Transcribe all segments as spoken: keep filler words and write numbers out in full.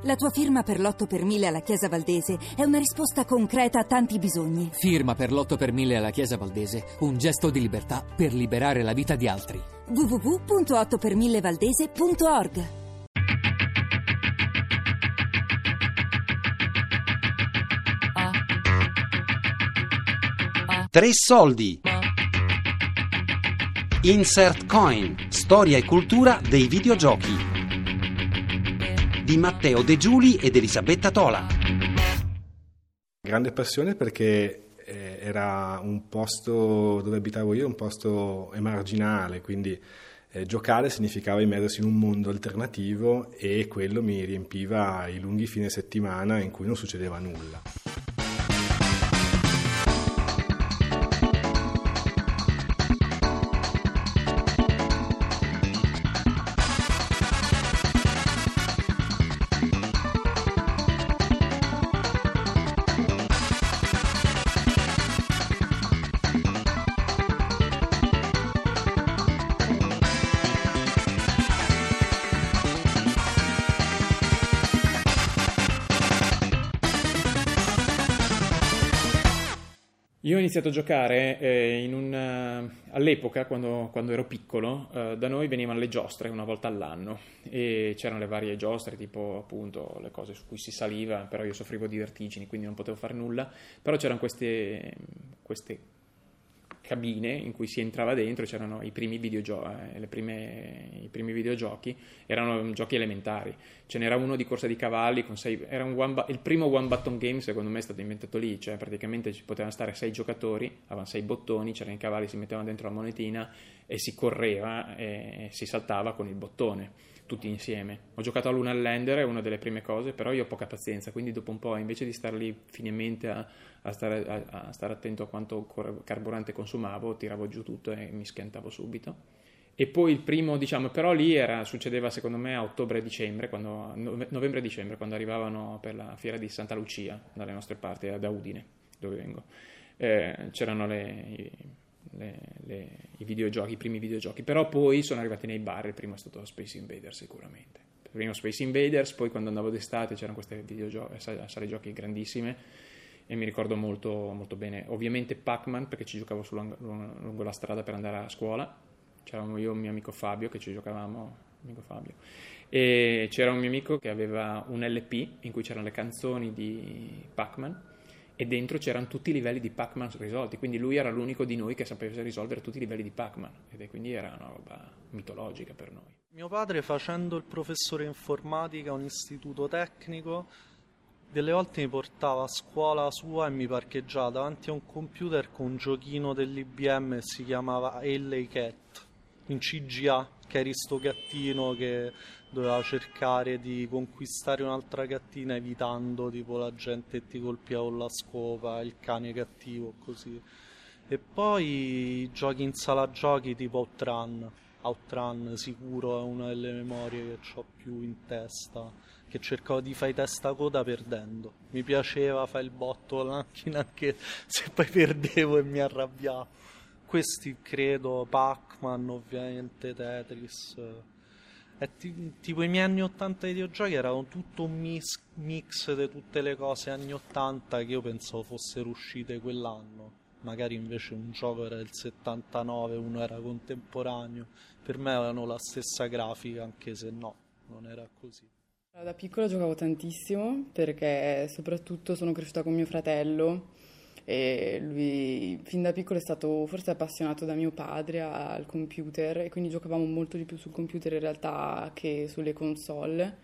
La tua firma per l'otto per mille alla Chiesa Valdese è una risposta concreta a tanti bisogni. Firma per l'otto per mille alla Chiesa Valdese, un gesto di libertà per liberare la vita di altri. w w w punto otto per mille valdese punto org. Tre soldi. Insert Coin, storia e cultura dei videogiochi. Di Matteo De Giuli ed Elisabetta Tola. Grande passione perché eh, era un posto dove abitavo io, un posto emarginale, quindi eh, giocare significava immergersi in un mondo alternativo e quello mi riempiva i lunghi fine settimana in cui non succedeva nulla. Io ho iniziato a giocare eh, in un, uh, all'epoca, quando, quando ero piccolo, uh, da noi venivano le giostre una volta all'anno e c'erano le varie giostre, tipo appunto le cose su cui si saliva, però io soffrivo di vertigini, quindi non potevo fare nulla, però c'erano queste, queste cabine in cui si entrava dentro e c'erano i primi videogiochi, eh, le prime, i primi videogiochi, erano giochi elementari. Ce n'era uno di corsa di cavalli con sei, era un one, il primo one button game secondo me è stato inventato lì, cioè praticamente ci potevano stare sei giocatori, avevano sei bottoni, c'erano i cavalli, si mettevano dentro la monetina e si correva e si saltava con il bottone, tutti insieme. Ho giocato a Lunar Lander, è una delle prime cose, però io ho poca pazienza, quindi dopo un po', invece di stare lì finemente a, a, stare, a, a stare attento a quanto carburante consumavo, tiravo giù tutto e mi schiantavo subito. E poi il primo, diciamo, però lì era, succedeva secondo me a ottobre-dicembre, quando, novembre-dicembre, quando arrivavano per la fiera di Santa Lucia, dalle nostre parti, da Udine, dove vengo. Eh, c'erano le... Le, le, i videogiochi, i primi videogiochi, però poi sono arrivati nei bar. Il primo è stato Space Invaders sicuramente, il primo Space Invaders, poi quando andavo d'estate c'erano queste videogiochi, sale giochi grandissime e mi ricordo molto, molto bene ovviamente Pac-Man, perché ci giocavo sulla, lungo la strada per andare a scuola, c'eravamo io e un mio amico Fabio che ci giocavamo, amico Fabio, e c'era un mio amico che aveva un L P in cui c'erano le canzoni di Pac-Man e dentro c'erano tutti i livelli di Pac-Man risolti, quindi lui era l'unico di noi che sapeva risolvere tutti i livelli di Pac-Man ed quindi era una roba mitologica per noi. Mio padre, facendo il professore informatica a un istituto tecnico, delle volte mi portava a scuola sua e mi parcheggiava davanti a un computer con un giochino dell'I B M che si chiamava L A Cat in C G A, che eri sto gattino che doveva cercare di conquistare un'altra gattina evitando tipo la gente che ti colpiva con la scopa, il cane cattivo, così. E poi giochi in sala giochi tipo Outrun. Outrun sicuro è una delle memorie che ho più in testa, che cercavo di fare testa coda perdendo. Mi piaceva fare il botto con la macchina anche se poi perdevo e mi arrabbiavo. Questi credo, Pac-Man ovviamente, Tetris. È t- tipo i miei anni ottanta videogiochi erano tutto un mix, mix di tutte le cose anni ottanta che io pensavo fossero uscite quell'anno. Magari invece un gioco era del settantanove, uno era contemporaneo. Per me avevano la stessa grafica, anche se no, non era così. Da piccola giocavo tantissimo perché soprattutto sono cresciuta con mio fratello e lui fin da piccolo è stato forse appassionato da mio padre al computer e quindi giocavamo molto di più sul computer in realtà che sulle console.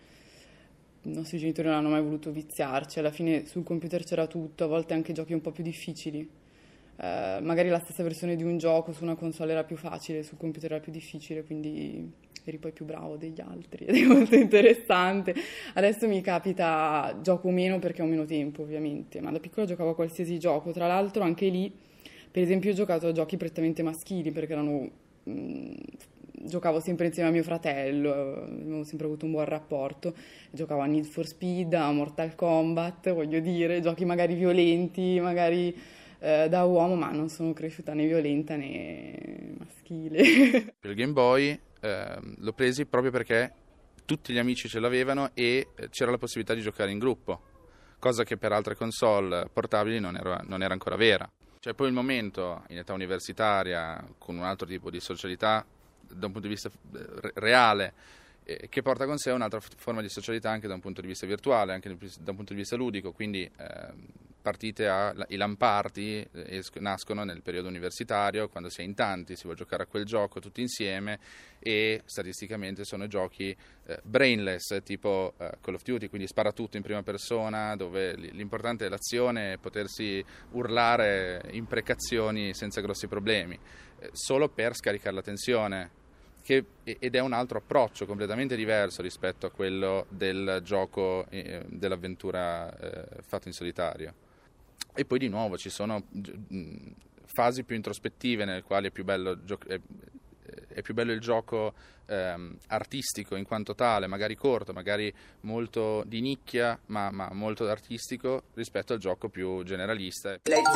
I nostri genitori non hanno mai voluto viziarci, alla fine sul computer c'era tutto, a volte anche giochi un po' più difficili. Eh, magari la stessa versione di un gioco su una console era più facile, sul computer era più difficile, quindi eri poi più bravo degli altri ed è molto interessante. Adesso mi capita, gioco meno perché ho meno tempo ovviamente, ma da piccola giocavo a qualsiasi gioco. Tra l'altro anche lì, per esempio, ho giocato a giochi prettamente maschili perché erano mh, giocavo sempre insieme a mio fratello, avevo sempre avuto un buon rapporto, giocavo a Need for Speed, a Mortal Kombat, voglio dire, giochi magari violenti, magari eh, da uomo, ma non sono cresciuta né violenta né maschile. Il Game Boy Eh, l'ho presi proprio perché tutti gli amici ce l'avevano e c'era la possibilità di giocare in gruppo, cosa che per altre console portabili non era, non era ancora vera. Cioè poi il momento in età universitaria con un altro tipo di socialità da un punto di vista reale, eh, che porta con sé un'altra forma di socialità anche da un punto di vista virtuale, anche da un punto di vista ludico, quindi eh, partite a, i LAN party eh, nascono nel periodo universitario, quando si è in tanti, si vuole giocare a quel gioco tutti insieme, e statisticamente sono giochi eh, brainless, tipo eh, Call of Duty, quindi spara tutto in prima persona, dove l'importante è l'azione e potersi urlare imprecazioni senza grossi problemi, eh, solo per scaricare la tensione. Che, ed è un altro approccio completamente diverso rispetto a quello del gioco, eh, dell'avventura eh, fatto in solitario. E poi di nuovo ci sono mh, fasi più introspettive nelle quali è più bello, gio- è, è più bello il gioco ehm, artistico in quanto tale, magari corto, magari molto di nicchia, ma, ma molto artistico, rispetto al gioco più generalista.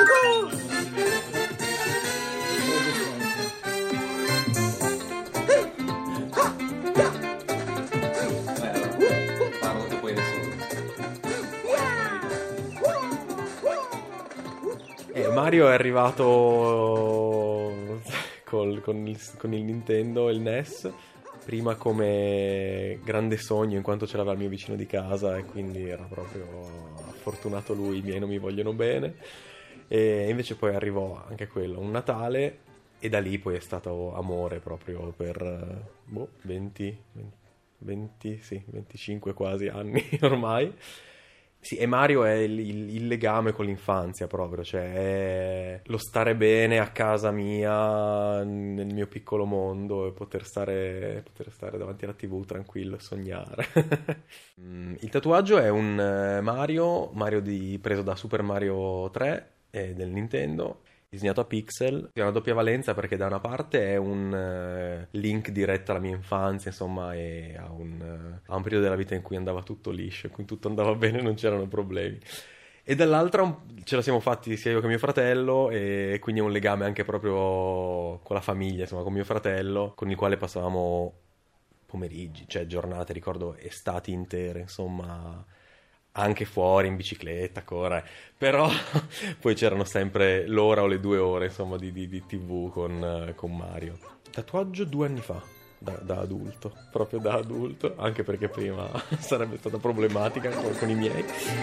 Mario è arrivato col, con, il, con il Nintendo e il N E S, prima come grande sogno in quanto ce l'aveva il mio vicino di casa e quindi era proprio fortunato lui, i miei non mi vogliono bene, e invece poi arrivò anche quello, un Natale, e da lì poi è stato amore proprio per boh, venti, venti, sì, venticinque quasi anni ormai. Sì, e Mario è il, il, il legame con l'infanzia proprio, cioè è lo stare bene a casa mia, nel mio piccolo mondo, e poter stare, poter stare davanti alla tivù tranquillo e sognare. Il tatuaggio è un Mario, Mario di, preso da Super Mario tre eh, del Nintendo, disegnato a pixel. È una doppia valenza perché da una parte è un uh, link diretto alla mia infanzia, insomma, e a un, uh, a un periodo della vita in cui andava tutto liscio, in cui tutto andava bene e non c'erano problemi. E dall'altra un, ce la siamo fatti sia io che mio fratello, e quindi è un legame anche proprio con la famiglia, insomma, con mio fratello, con il quale passavamo pomeriggi, cioè giornate, ricordo estati intere, insomma, anche fuori in bicicletta, corre, però poi c'erano sempre l'ora o le due ore, insomma, di, di, di tivù con, con Mario. Tatuaggio due anni fa, da, da adulto, proprio da adulto, anche perché prima sarebbe stata problematica con, con i miei.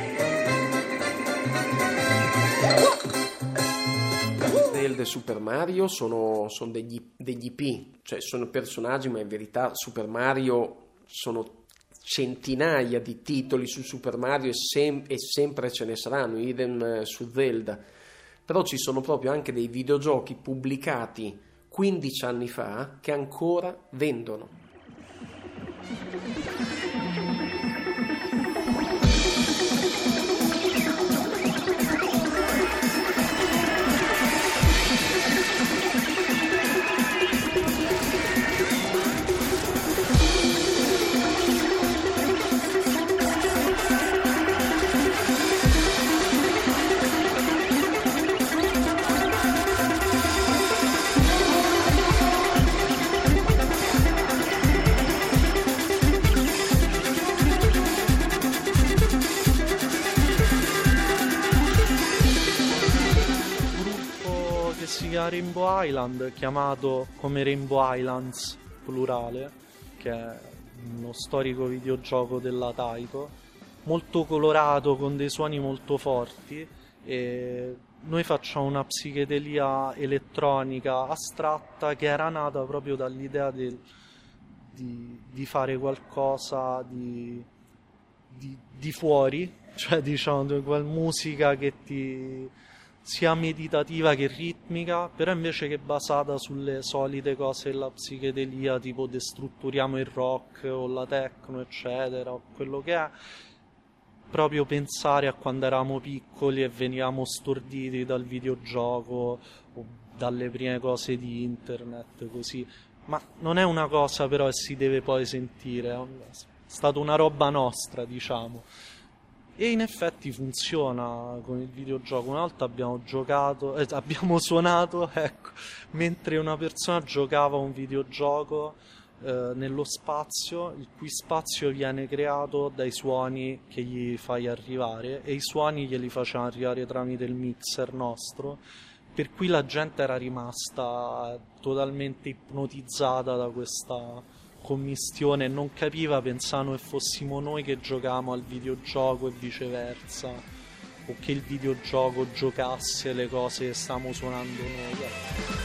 Zelda e Super Mario sono, sono degli, degli I P, cioè sono personaggi, ma in verità Super Mario sono centinaia di titoli su Super Mario e, sem- e sempre ce ne saranno, idem su Zelda, però ci sono proprio anche dei videogiochi pubblicati quindici anni fa che ancora vendono. Rainbow Island, chiamato come Rainbow Islands plurale, che è uno storico videogioco della Taito, molto colorato, con dei suoni molto forti, e noi facciamo una psichedelia elettronica astratta che era nata proprio dall'idea del, di, di fare qualcosa di, di, di fuori, cioè diciamo quella musica che ti sia meditativa che ritmica, però invece che basata sulle solite cose della psichedelia, tipo destrutturiamo il rock o la techno eccetera, o quello che è, proprio pensare a quando eravamo piccoli e venivamo storditi dal videogioco o dalle prime cose di internet, così. Ma non è una cosa però che si deve poi sentire, è stata una roba nostra, diciamo. E in effetti funziona con il videogioco. Una volta abbiamo giocato, eh, abbiamo suonato, ecco, mentre una persona giocava un videogioco, eh, nello spazio, il cui spazio viene creato dai suoni che gli fai arrivare, e i suoni glieli facciamo arrivare tramite il mixer nostro, per cui la gente era rimasta totalmente ipnotizzata da questa commistione, non capiva, pensavano che fossimo noi che giocavamo al videogioco e viceversa, o che il videogioco giocasse le cose che stavamo suonando noi.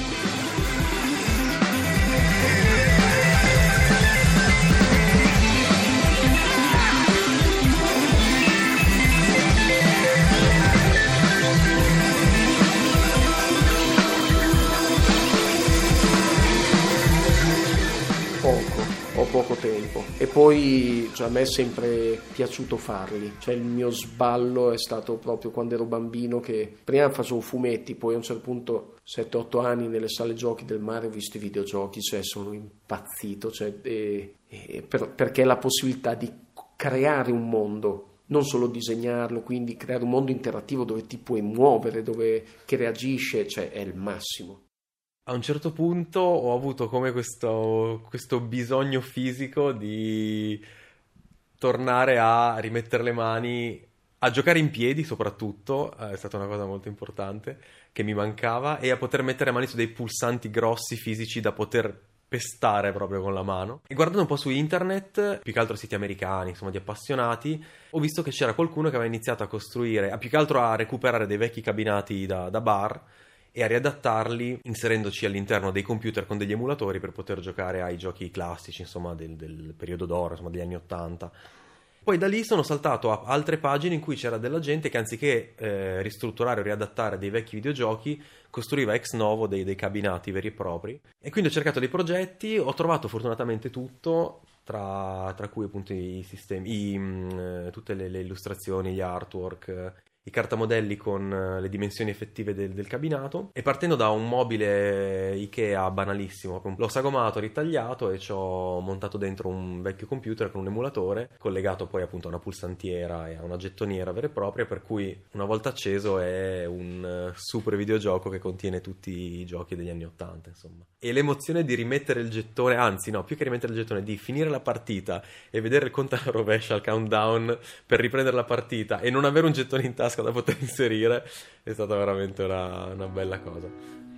Ho poco tempo, e poi cioè, a me è sempre piaciuto farli, cioè il mio sballo è stato proprio quando ero bambino, che prima facevo fumetti, poi a un certo punto sette otto anni nelle sale giochi del mare ho visto i videogiochi, cioè sono impazzito, cioè, e, e per, perché la possibilità di creare un mondo, non solo disegnarlo, quindi creare un mondo interattivo dove ti puoi muovere, dove che reagisce, cioè è il massimo. A un certo punto ho avuto come questo, questo bisogno fisico di tornare a rimettere le mani, a giocare in piedi soprattutto, è stata una cosa molto importante che mi mancava, e a poter mettere le mani su dei pulsanti grossi fisici da poter pestare proprio con la mano. E guardando un po' su internet, più che altro siti americani, insomma di appassionati, ho visto che c'era qualcuno che aveva iniziato a costruire, a più che altro a recuperare dei vecchi cabinati da, da bar, e a riadattarli inserendoci all'interno dei computer con degli emulatori per poter giocare ai giochi classici, insomma, del, del periodo d'oro, insomma, degli anni ottanta. Poi da lì sono saltato a altre pagine in cui c'era della gente che anziché eh, ristrutturare o riadattare dei vecchi videogiochi, costruiva ex novo dei, dei cabinati veri e propri. E quindi ho cercato dei progetti, ho trovato fortunatamente tutto, tra, tra cui appunto i sistemi, i, mh, tutte le, le illustrazioni, gli artwork, i cartamodelli con le dimensioni effettive del, del cabinato, e partendo da un mobile Ikea banalissimo l'ho sagomato, ritagliato e ci ho montato dentro un vecchio computer con un emulatore collegato poi appunto a una pulsantiera e a una gettoniera vera e propria, per cui una volta acceso è un super videogioco che contiene tutti i giochi degli anni ottanta, insomma. E l'emozione di rimettere il gettone, anzi no, più che rimettere il gettone, di finire la partita e vedere il conto alla rovescia, al countdown per riprendere la partita e non avere un gettone in tasca da poter inserire, è stata veramente una, una bella cosa.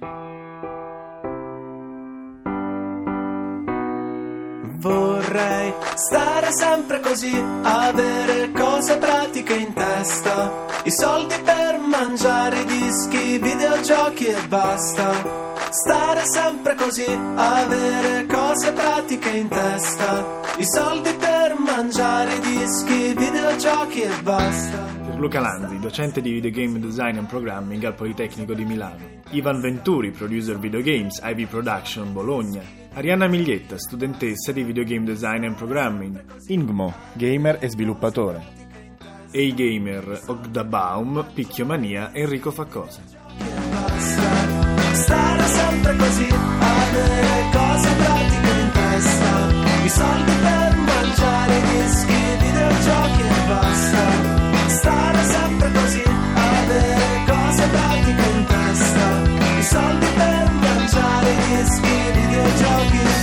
Vorrei stare sempre così, avere cose pratiche in testa, i soldi per mangiare i dischi, videogiochi e basta. Stare sempre così, avere cose pratiche in testa, i soldi per mangiare i dischi, videogiochi e basta. Luca Lanzi, docente di Videogame Design and Programming al Politecnico di Milano. Ivan Venturi, producer Videogames, I V Production, Bologna. Arianna Miglietta, studentessa di Videogame Design and Programming. Ingmo, gamer e sviluppatore. Ei Gamer, Ogdabaum, Picchiomania, Enrico Faccosa. Stare sempre così, avere cose pratiche in testa, i soldi per mangiare i dischi, videogiochi e basta. Stare sempre così, avere cose pratiche in testa, i soldi per mangiare i dischi, videogiochi.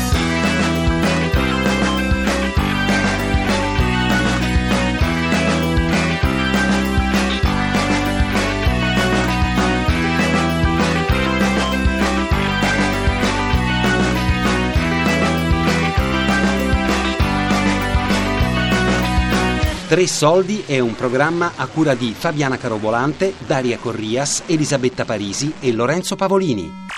Tre Soldi è un programma a cura di Fabiana Carobolante, Daria Corrias, Elisabetta Parisi e Lorenzo Pavolini.